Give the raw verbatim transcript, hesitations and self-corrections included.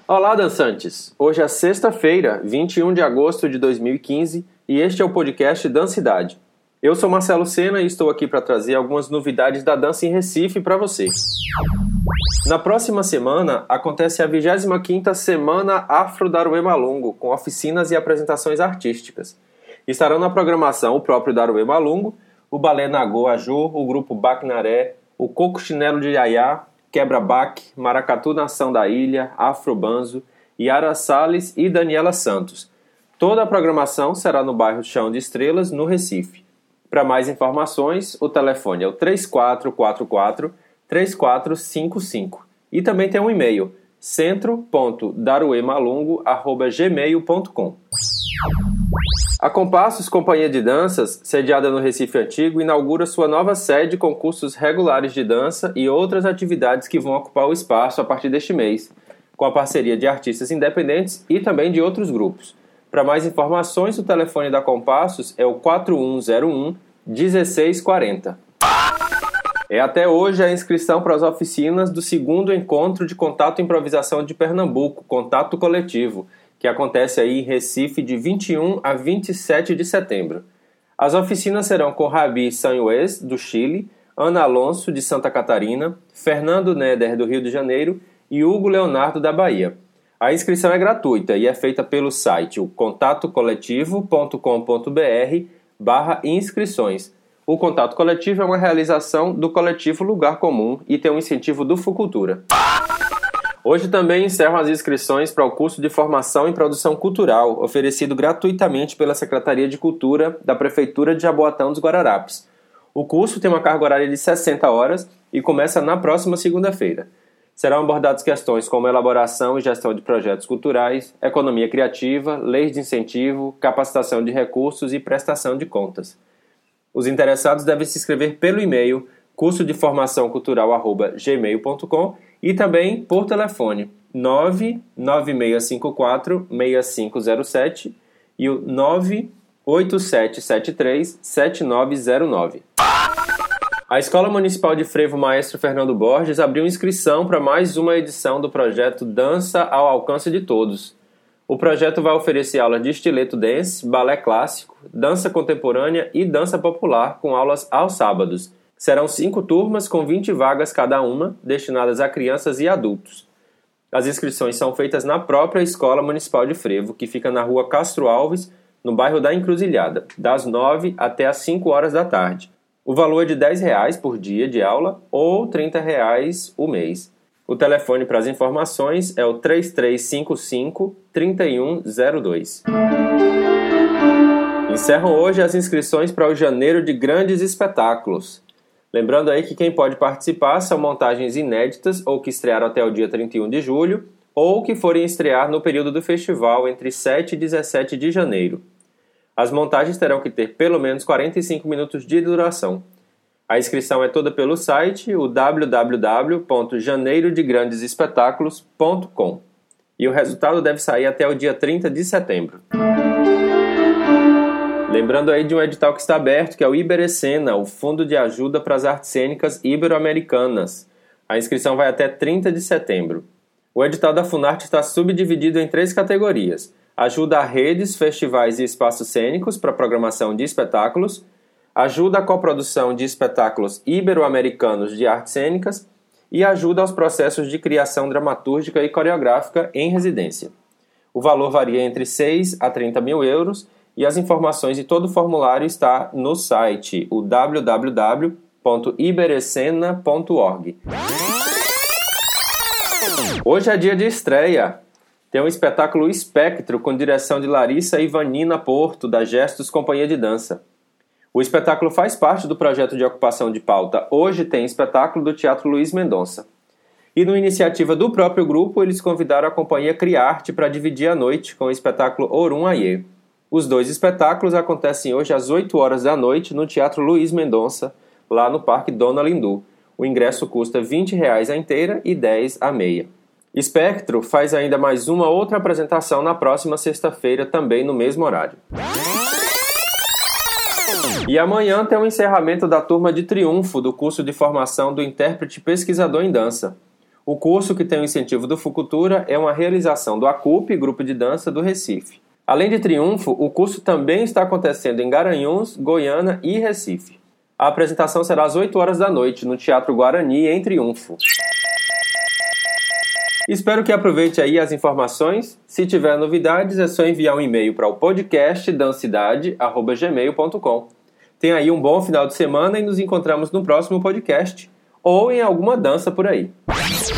Olá, dançantes! Hoje é sexta-feira, vinte e um de agosto de dois mil e quinze, e este é o podcast Dancidade. Eu sou Marcelo Sena e estou aqui para trazer algumas novidades da dança em Recife para você. Na próxima semana, acontece a vigésima quinta Semana Afro-Daruê Malungo, com oficinas e apresentações artísticas. Estarão na programação o próprio Daruê Malungo, o Balé Nagô Ajô, o grupo Bacnaré, o Coco Chinelo de Iaiá, Quebra-Baque, Maracatu Nação da Ilha, Afrobanzo, Yara Salles e Daniela Santos. Toda a programação será no bairro Chão de Estrelas, no Recife. Para mais informações, o telefone é o três quatro quatro quatro, três quatro cinco cinco. E também tem um e-mail, centro ponto daruemalungo arroba gmail ponto com. A Compassos Companhia de Danças, sediada no Recife Antigo, inaugura sua nova sede com cursos regulares de dança e outras atividades que vão ocupar o espaço a partir deste mês, com a parceria de artistas independentes e também de outros grupos. Para mais informações, o telefone da Compassos é o quatro um zero um, um seis quatro zero. É até hoje a inscrição para as oficinas do segundo encontro de Contato e Improvisação de Pernambuco, Contato Coletivo, que acontece aí em Recife de vinte e um a vinte e sete de setembro. As oficinas serão com Rabi Sanhuez, do Chile, Ana Alonso, de Santa Catarina, Fernando Neder, do Rio de Janeiro e Hugo Leonardo, da Bahia. A inscrição é gratuita e é feita pelo site o contato coletivo ponto com ponto br barra inscrições. O Contato Coletivo é uma realização do coletivo Lugar Comum e tem um incentivo do Fucultura. Hoje também encerram as inscrições para o curso de formação em produção cultural, oferecido gratuitamente pela Secretaria de Cultura da Prefeitura de Jaboatão dos Guararapes. O curso tem uma carga horária de sessenta horas e começa na próxima segunda-feira. Serão abordadas questões como elaboração e gestão de projetos culturais, economia criativa, leis de incentivo, capacitação de recursos e prestação de contas. Os interessados devem se inscrever pelo e-mail curso de formação cultural arroba gmail ponto com e também por telefone nove nove seis cinco quatro, seis cinco zero sete e o nove oito sete sete três, sete nove zero nove. A Escola Municipal de Frevo Maestro Fernando Borges abriu inscrição para mais uma edição do projeto Dança ao Alcance de Todos. O projeto vai oferecer aulas de estileto dance, balé clássico, dança contemporânea e dança popular com aulas aos sábados. Serão cinco turmas com vinte vagas cada uma, destinadas a crianças e adultos. As inscrições são feitas na própria Escola Municipal de Frevo, que fica na rua Castro Alves, no bairro da Encruzilhada, das nove até as cinco horas da tarde. O valor é de dez reais por dia de aula ou trinta reais o mês. O telefone para as informações é o três três cinco cinco, três um zero dois. Encerram hoje as inscrições para o Janeiro de Grandes Espetáculos. Lembrando aí que quem pode participar são montagens inéditas ou que estrearam até o dia trinta e um de julho ou que forem estrear no período do festival entre sete e dezessete de janeiro. As montagens terão que ter pelo menos quarenta e cinco minutos de duração. A inscrição é toda pelo site o w w w ponto janeiro de grandes espetáculos ponto com e o resultado deve sair até o dia trinta de setembro. Lembrando aí de um edital que está aberto, que é o Iberecena, o Fundo de Ajuda para as Artes Cênicas Ibero-Americanas. A inscrição vai até trinta de setembro. O edital da Funarte está subdividido em três categorias: ajuda a redes, festivais e espaços cênicos para programação de espetáculos, ajuda à coprodução de espetáculos ibero-americanos de artes cênicas e ajuda aos processos de criação dramatúrgica e coreográfica em residência. O valor varia entre seis a trinta mil euros e as informações de todo o formulário está no site o w w w ponto iberecena ponto org. Hoje é dia de estreia. Tem um espetáculo Espectro com direção de Larissa Ivanina Porto, da Gestos Companhia de Dança. O espetáculo faz parte do projeto de ocupação de pauta Hoje Tem Espetáculo do Teatro Luiz Mendonça. E numa iniciativa do próprio grupo, eles convidaram a companhia Criarte para dividir a noite com o espetáculo Orum Aie. Os dois espetáculos acontecem hoje às oito horas da noite no Teatro Luiz Mendonça, lá no Parque Dona Lindu. O ingresso custa vinte reais a inteira e dez a meia. Espectro faz ainda mais uma outra apresentação na próxima sexta-feira, também no mesmo horário. E amanhã tem o encerramento da turma de triunfo do curso de formação do intérprete pesquisador em dança. O curso, que tem o incentivo do Fucultura, é uma realização do ACUP, Grupo de Dança do Recife. Além de Triunfo, o curso também está acontecendo em Garanhuns, Goiânia e Recife. A apresentação será às oito horas da noite, no Teatro Guarani, em Triunfo. Espero que aproveite aí as informações. Se tiver novidades, é só enviar um e-mail para o podcast dancidade arroba gmail ponto com. Tenha aí um bom final de semana e nos encontramos no próximo podcast ou em alguma dança por aí.